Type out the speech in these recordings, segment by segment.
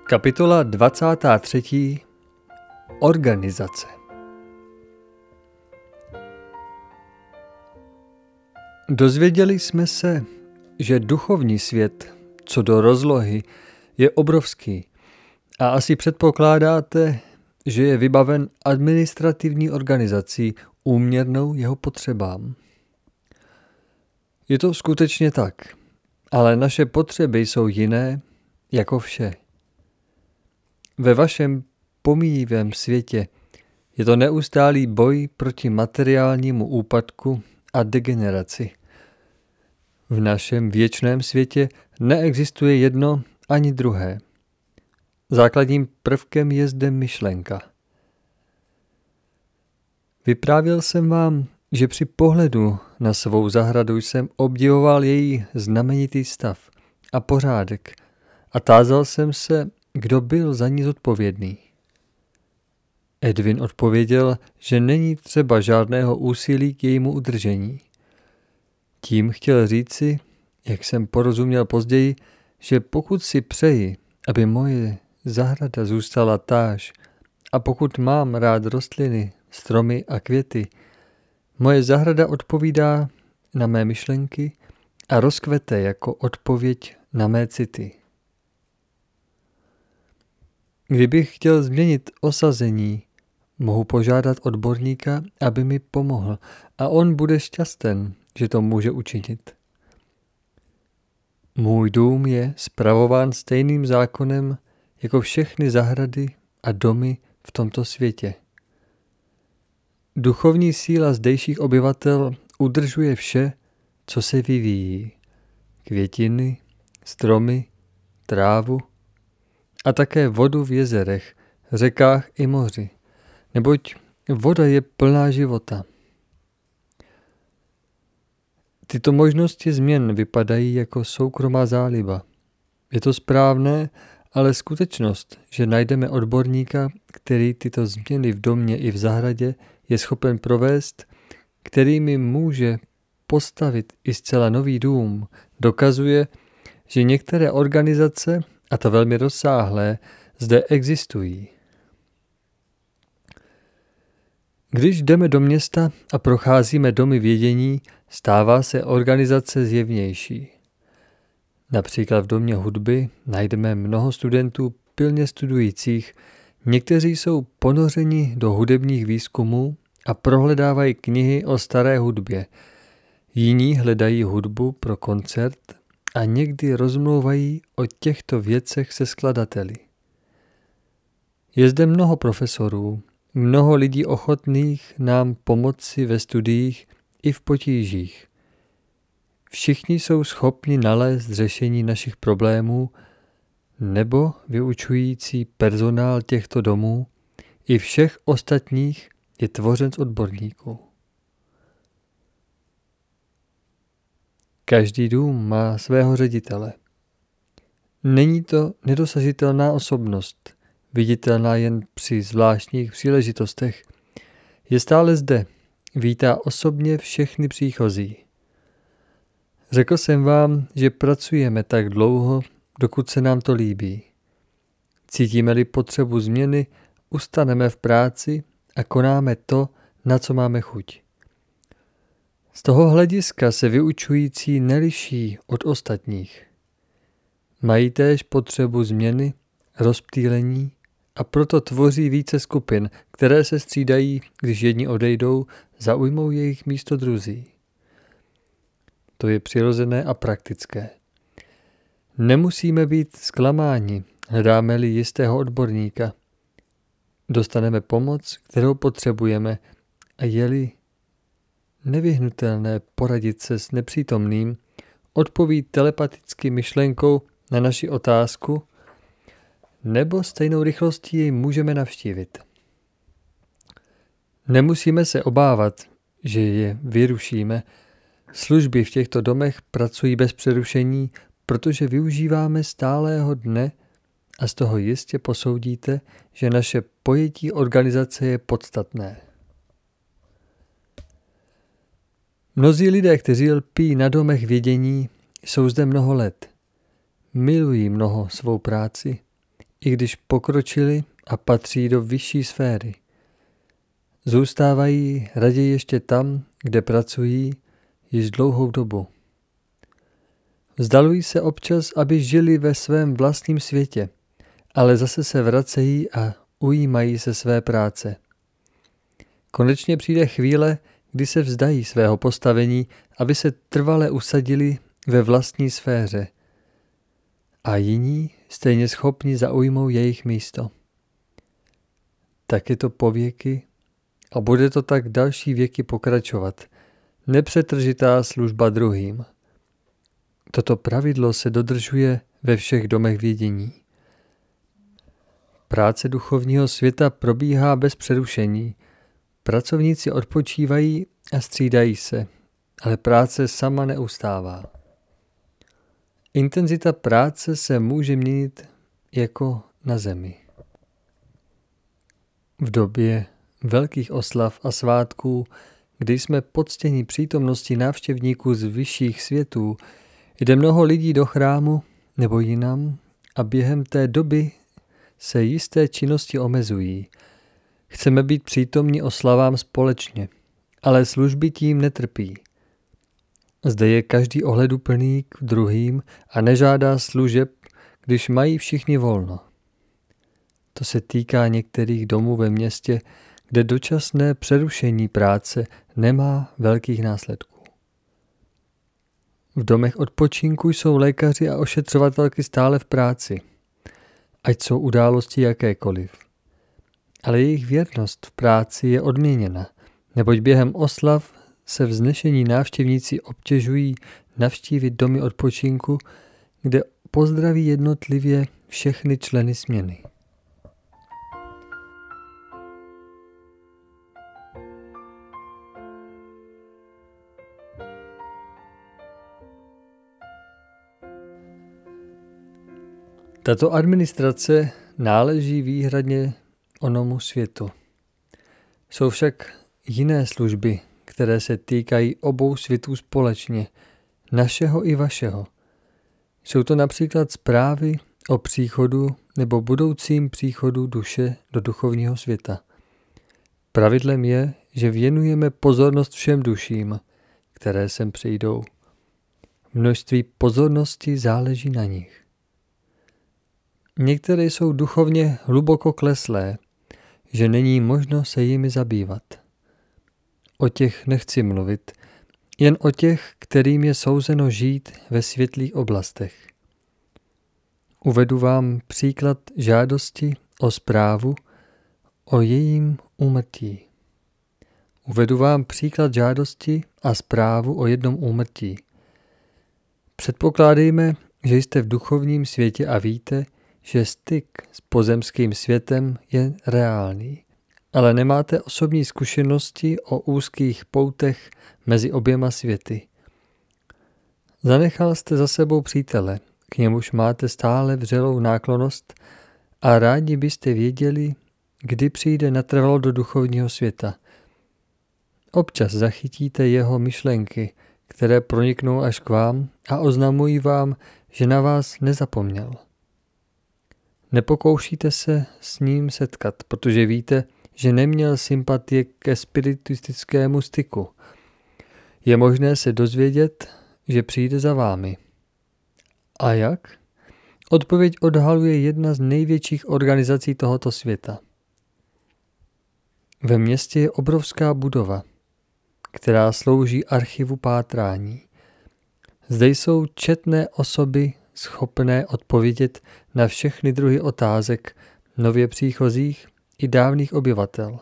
Kapitola 23. Organizace. Dozvěděli jsme se, že duchovní svět, co do rozlohy, je obrovský a asi předpokládáte, že je vybaven administrativní organizací úměrnou jeho potřebám. Je to skutečně tak, ale naše potřeby jsou jiné jako vše. Ve vašem pomíjivém světě je to neustálý boj proti materiálnímu úpadku a degeneraci. V našem věčném světě neexistuje jedno ani druhé. Základním prvkem je zde myšlenka. Vyprávěl jsem vám, že při pohledu na svou zahradu jsem obdivoval její znamenitý stav a pořádek a tázal jsem se, kdo byl za ní zodpovědný. Edwin odpověděl, že není třeba žádného úsilí k jejímu udržení. Tím chtěl říci, jak jsem porozuměl později, že pokud si přeji, aby moje zahrada zůstala táž a pokud mám rád rostliny, stromy a květy, moje zahrada odpovídá na mé myšlenky a rozkvete jako odpověď na mé city. Kdybych chtěl změnit osazení, mohu požádat odborníka, aby mi pomohl a on bude šťasten, že to může učinit. Můj dům je spravován stejným zákonem jako všechny zahrady a domy v tomto světě. Duchovní síla zdejších obyvatel udržuje vše, co se vyvíjí. Květiny, stromy, trávu a také vodu v jezerech, řekách i moři, neboť voda je plná života. Tyto možnosti změn vypadají jako soukromá záliba. Je to správné, ale skutečnost, že najdeme odborníka, který tyto změny v domě i v zahradě je schopen provést, který mi může postavit i zcela nový dům, dokazuje, že některé organizace, a to velmi rozsáhlé, zde existují. Když jdeme do města a procházíme domy vědění, stává se organizace zjevnější. Například v domě hudby najdeme mnoho studentů pilně studujících, někteří jsou ponořeni do hudebních výzkumů a prohledávají knihy o staré hudbě. Jiní hledají hudbu pro koncert a někdy rozmlouvají o těchto věcech se skladateli. Je zde mnoho profesorů, mnoho lidí ochotných nám pomoci ve studiích i v potížích. Všichni jsou schopni nalézt řešení našich problémů, nebo vyučující personál těchto domů i všech ostatních je tvořen z odborníků. Každý dům má svého ředitele. Není to nedosažitelná osobnost, viditelná jen při zvláštních příležitostech. Je stále zde, vítá osobně všechny příchozí. Řekl jsem vám, že pracujeme tak dlouho, dokud se nám to líbí. Cítíme-li potřebu změny, ustaneme v práci a konáme to, na co máme chuť. Z toho hlediska se vyučující neliší od ostatních. Mají též potřebu změny, rozptýlení a proto tvoří více skupin, které se střídají, když jedni odejdou, zaujmou jejich místo druzí. To je přirozené a praktické. Nemusíme být zklamáni, hledáme-li jistého odborníka. Dostaneme pomoc, kterou potřebujeme, a je-li nevyhnutelné poradit se s nepřítomným, odpoví telepaticky myšlenkou na naši otázku, nebo stejnou rychlostí jej můžeme navštívit. Nemusíme se obávat, že je vyrušíme. Služby v těchto domech pracují bez přerušení, protože využíváme stálého dne a z toho jistě posoudíte, že naše pojetí organizace je podstatné. Mnozí lidé, kteří lpí na domech vědění, jsou zde mnoho let. Milují mnoho svou práci, i když pokročili a patří do vyšší sféry. Zůstávají raději ještě tam, kde pracují již dlouhou dobu. Vzdalují se občas, aby žili ve svém vlastním světě, ale zase se vracejí a ujímají se své práce. Konečně přijde chvíle, kdy se vzdají svého postavení, aby se trvale usadili ve vlastní sféře. A jiní stejně schopni zaujmou jejich místo. Tak je to pověky a bude to tak další věky pokračovat. Nepřetržitá služba druhým. Toto pravidlo se dodržuje ve všech domech vědění. Práce duchovního světa probíhá bez přerušení. Pracovníci odpočívají a střídají se, ale práce sama neustává. Intenzita práce se může měnit jako na zemi. V době velkých oslav a svátků, kdy jsme poctěni přítomností návštěvníků z vyšších světů, jde mnoho lidí do chrámu nebo jinam a během té doby se jisté činnosti omezují. Chceme být přítomni oslavám společně, ale služby tím netrpí. Zde je každý ohleduplný k druhým a nežádá služeb, když mají všichni volno. To se týká některých domů ve městě, kde dočasné přerušení práce nemá velkých následků. V domech odpočinku jsou lékaři a ošetřovatelky stále v práci, ať jsou události jakékoliv. Ale jejich věrnost v práci je odměněna, neboť během oslav se vznešení návštěvníci obtěžují navštívit domy odpočinku, kde pozdraví jednotlivě všechny členy směny. Tato administrace náleží výhradně onomu světu. Jsou však jiné služby, které se týkají obou světů společně, našeho i vašeho. Jsou to například zprávy o příchodu nebo budoucím příchodu duše do duchovního světa. Pravidlem je, že věnujeme pozornost všem duším, které sem přijdou. Množství pozornosti záleží na nich. Některé jsou duchovně hluboko kleslé, že není možno se jimi zabývat. O těch nechci mluvit, jen o těch, kterým je souzeno žít ve světlých oblastech. Uvedu vám příklad žádosti o zprávu o jejím úmrtí. Uvedu vám příklad žádosti a zprávu o jednom úmrtí. Předpokládejme, že jste v duchovním světě a víte, že styk s pozemským světem je reálný, ale nemáte osobní zkušenosti o úzkých poutech mezi oběma světy. Zanechal jste za sebou přítele, k němuž máte stále vřelou náklonnost a rádi byste věděli, kdy přijde natrvalo do duchovního světa. Občas zachytíte jeho myšlenky, které proniknou až k vám a oznamují vám, že na vás nezapomněl. Nepokoušíte se s ním setkat, protože víte, že neměl sympatie ke spiritistickému styku. Je možné se dozvědět, že přijde za vámi. A jak? Odpověď odhaluje jedna z největších organizací tohoto světa. Ve městě je obrovská budova, která slouží archivu pátrání. Zde jsou četné osoby schopné odpovědět na všechny druhy otázek nově příchozích i dávných obyvatel.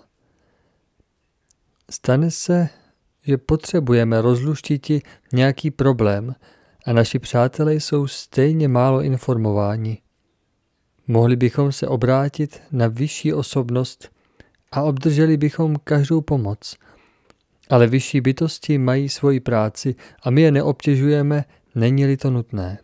Stane se, že potřebujeme rozluštiti nějaký problém a naši přátelé jsou stejně málo informováni. Mohli bychom se obrátit na vyšší osobnost a obdrželi bychom každou pomoc. Ale vyšší bytosti mají svoji práci a my je neobtěžujeme, není-li to nutné.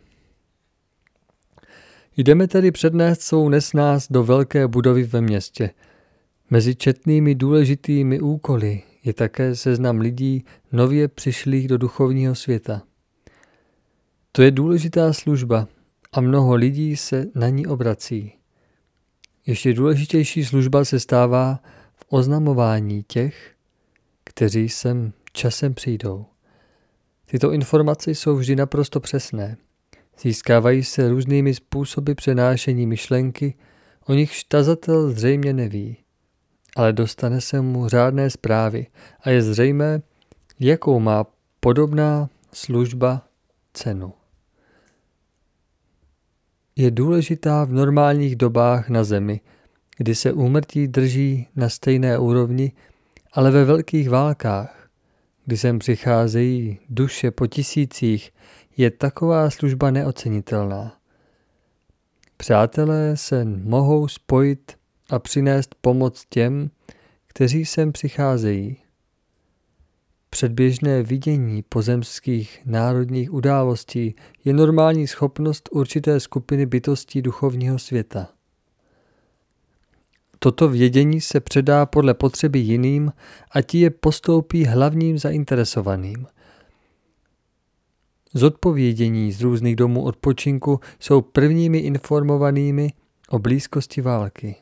Jdeme tedy přednést svou nesnáz do velké budovy ve městě. Mezi četnými důležitými úkoly je také seznam lidí nově přišlých do duchovního světa. To je důležitá služba a mnoho lidí se na ní obrací. Ještě důležitější služba se stává v oznamování těch, kteří sem časem přijdou. Tyto informace jsou vždy naprosto přesné. Získávají se různými způsoby přenášení myšlenky, o nichž tazatel zřejmě neví, ale dostane se mu řádné zprávy a je zřejmé, jakou má podobná služba cenu. Je důležitá v normálních dobách na zemi, kdy se úmrtí drží na stejné úrovni, ale ve velkých válkách, kdy sem přicházejí duše po tisících, je taková služba neocenitelná. Přátelé se mohou spojit a přinést pomoc těm, kteří sem přicházejí. Předběžné vidění pozemských národních událostí je normální schopnost určité skupiny bytostí duchovního světa. Toto vědění se předá podle potřeby jiným a ti je postoupí hlavním zainteresovaným. Zodpovědění z různých domů odpočinku jsou prvními informovanými o blízkosti války.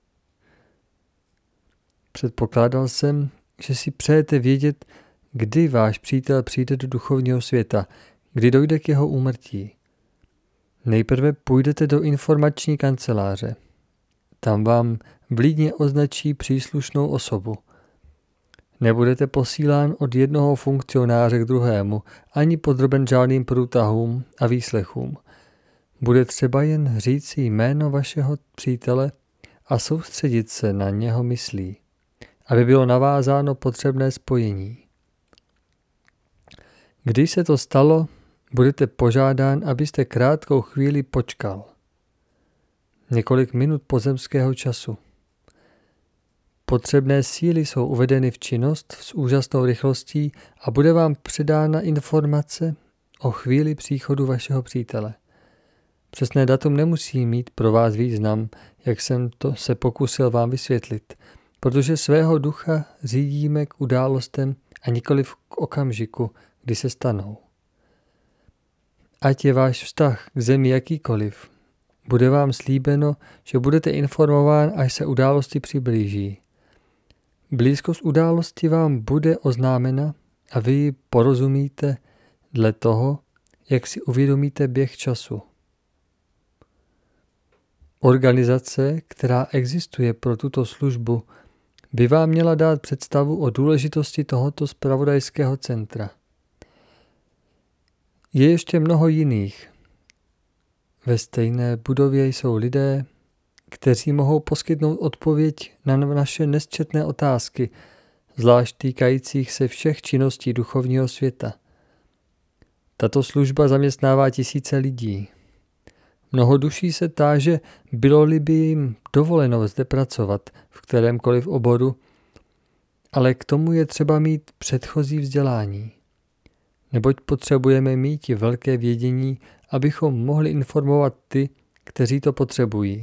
Předpokládal jsem, že si přejete vědět, kdy váš přítel přijde do duchovního světa, kdy dojde k jeho úmrtí. Nejprve půjdete do informační kanceláře. Tam vám vlídně označí příslušnou osobu. Nebudete posílán od jednoho funkcionáře k druhému, ani podroben žádným průtahům a výslechům. Bude třeba jen říci jméno vašeho přítele a soustředit se na něho myslí, aby bylo navázáno potřebné spojení. Když se to stalo, budete požádán, abyste krátkou chvíli počkal. Několik minut pozemského času. Potřebné síly jsou uvedeny v činnost s úžasnou rychlostí a bude vám předána informace o chvíli příchodu vašeho přítele. Přesné datum nemusí mít pro vás význam, jak jsem to se pokusil vám vysvětlit, protože svého ducha řídíme k událostem a nikoliv k okamžiku, kdy se stanou. Ať je váš vztah k zemi jakýkoliv, bude vám slíbeno, že budete informován, až se události přiblíží. Blízkost události vám bude oznámena a vy ji porozumíte dle toho, jak si uvědomíte běh času. Organizace, která existuje pro tuto službu, by vám měla dát představu o důležitosti tohoto zpravodajského centra. Je ještě mnoho jiných. Ve stejné budově jsou lidé, kteří mohou poskytnout odpověď na naše nesčetné otázky, zvlášť týkajících se všech činností duchovního světa. Tato služba zaměstnává tisíce lidí. Mnoho duší se táže, bylo-li by jim dovoleno zde pracovat v kterémkoliv oboru, ale k tomu je třeba mít předchozí vzdělání. Neboť potřebujeme mít i velké vědění, abychom mohli informovat ty, kteří to potřebují.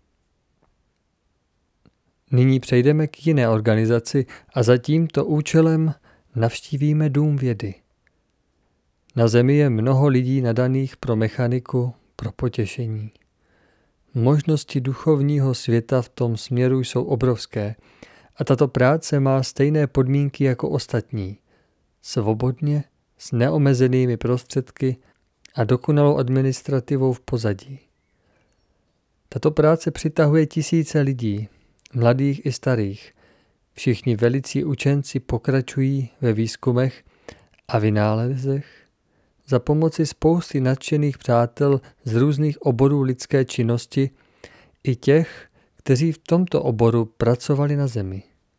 Nyní přejdeme k jiné organizaci a za tímto účelem navštívíme Dům vědy. Na zemi je mnoho lidí nadaných pro mechaniku, pro potěšení. Možnosti duchovního světa v tom směru jsou obrovské a tato práce má stejné podmínky jako ostatní. Svobodně, s neomezenými prostředky a dokonalou administrativou v pozadí. Tato práce přitahuje tisíce lidí, mladých i starých. Všichni velicí učenci pokračují ve výzkumech a vynálezech za pomoci spousty nadšených přátel z různých oborů lidské činnosti i těch, kteří v tomto oboru pracovali na zemi.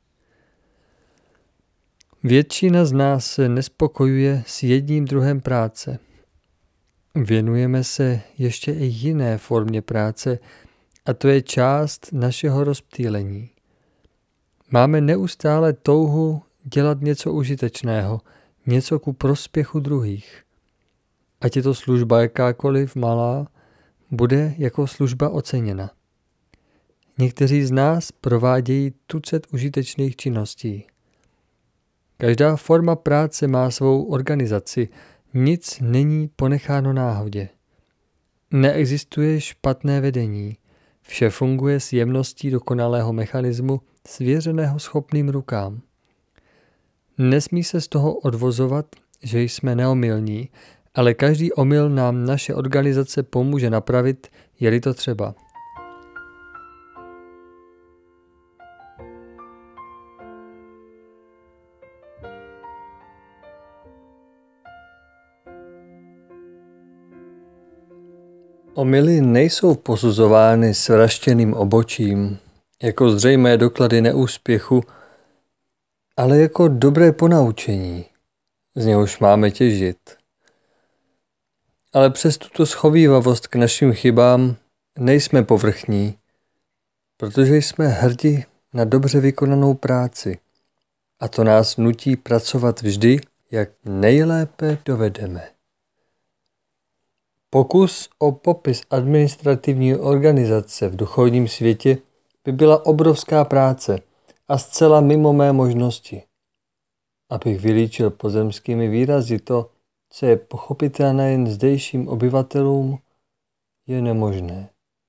Většina z nás se nespokojuje s jedním druhem práce. Věnujeme se ještě i jiné formě práce, a to je část našeho rozptýlení. Máme neustále touhu dělat něco užitečného, něco ku prospěchu druhých. Ať je to služba jakákoliv malá, bude jako služba oceněna. Někteří z nás provádějí tucet užitečných činností. Každá forma práce má svou organizaci, nic není ponecháno náhodě. Neexistuje špatné vedení, Vše funguje s jemností dokonalého mechanismu svěřeného schopným rukám. Nesmí se z toho odvozovat, že jsme neomylní, ale každý omyl nám naše organizace pomůže napravit, je-li to třeba. Omyly nejsou posuzovány s vraštěným obočím, jako zřejmé doklady neúspěchu, ale jako dobré ponaučení, z něhož máme těžit. Ale přes tuto schovívavost k našim chybám nejsme povrchní, protože jsme hrdi na dobře vykonanou práci a to nás nutí pracovat vždy, jak nejlépe dovedeme. Pokus o popis administrativní organizace v duchovním světě by byla obrovská práce a zcela mimo mé možnosti. Abych vylíčil pozemskými výrazy to, co je pochopitelné jen zdejším obyvatelům, je nemožné.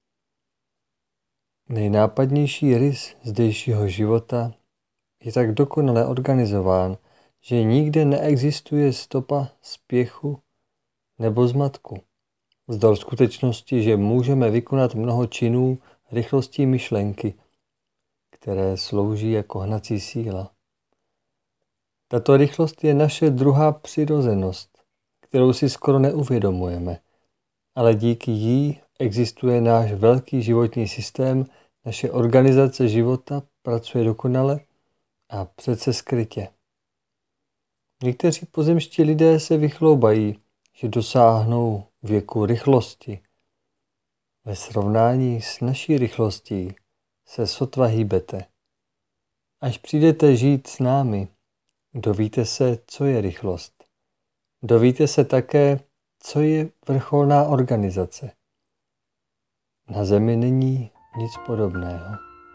Nejnápadnější rys zdejšího života je tak dokonale organizován, že nikde neexistuje stopa spěchu nebo zmatku. Vzdor skutečnosti, že můžeme vykonat mnoho činů rychlostí myšlenky, které slouží jako hnací síla. Tato rychlost je naše druhá přirozenost, kterou si skoro neuvědomujeme, ale díky jí existuje náš velký životní systém, naše organizace života pracuje dokonale a přece skrytě. Někteří pozemští lidé se vychloubají, že dosáhnou věku rychlosti. Ve srovnání s naší rychlostí se sotva hýbete. Až přijdete žít s námi, dovíte se, co je rychlost. Dovíte se také, co je vrcholná organizace. Na zemi není nic podobného.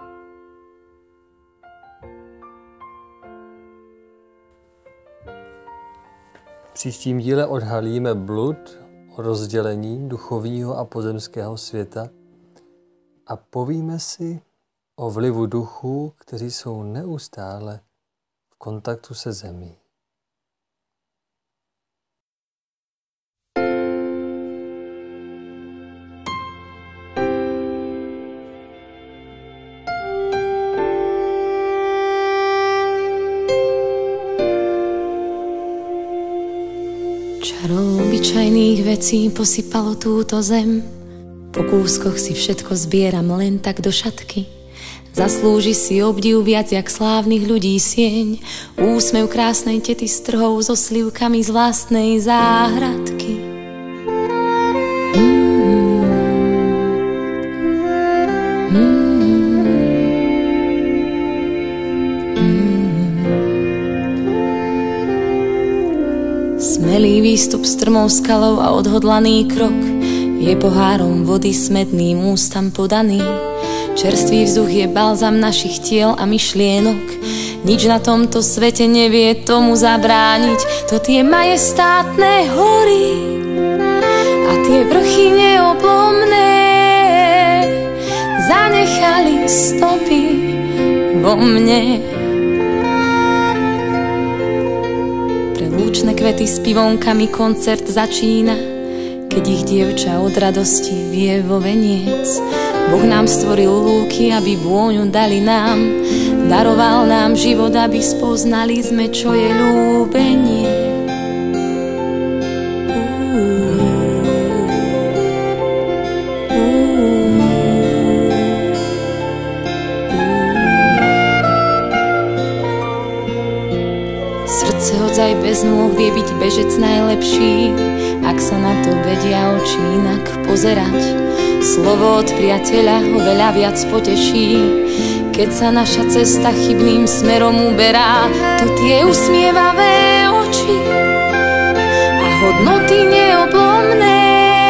V příštím díle odhalíme blud o rozdělení duchovního a pozemského světa a povíme si o vlivu duchů, kteří jsou neustále v kontaktu se zemí. Čarou obyčajných vecí posypalo túto zem. Po kúskoch si všetko zbieram len tak do šatky. Zaslúži si obdiv viac jak slávnych ľudí sieň. Úsmev krásnej tety s trhou so slivkami z vlastnej záhradky. Smelý výstup strmou skalou a odhodlaný krok je pohárom vody smedným ústam podaný. Čerstvý vzduch je balzam našich tiel a myšlienok. Nič na tomto svete nevie tomu zabrániť. To tie majestátne hory a tie vrchy neoblomné zanechali stopy vo mne. Lúčne kvety s pivonkami koncert začína, keď ich dievča od radosti vie vo veniec. Boh nám stvoril lúky, aby vôňu dali nám, daroval nám život, aby spoznali sme, čo je ľúbenie. Srdce hodzaj bez nôh vie byť bežec najlepší, ak sa na to vedia oči inak pozerať. Slovo od priateľa ho veľa viac poteší, keď sa naša cesta chybným smerom uberá. To tie usmievavé oči a hodnoty neoblomné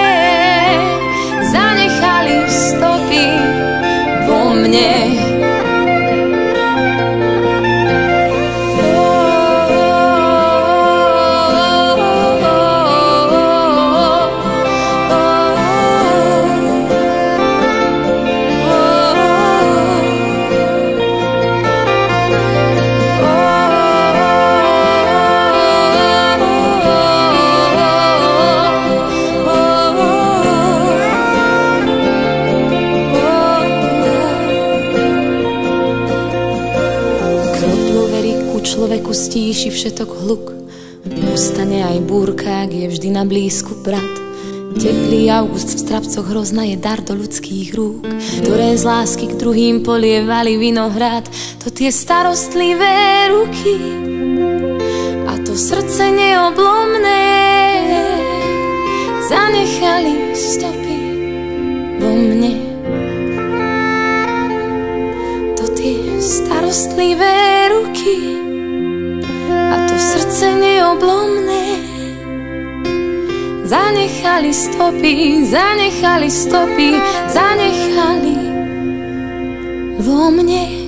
zanechali stopy vo mne. pustíš i všetok hluk. Ustane aj búrka, ak je vždy na blízku brat. Teplý august v strapcoch hrozna je dar do ľudských rúk, ktoré z lásky k druhým polievali vinohrad. To tie starostlivé ruky a to srdce neoblomné zanechali stopy vo mne. To tie starostlivé ruky a to srdce neoblomné zanechali stopy, zanechali stopy, zanechali vo mne.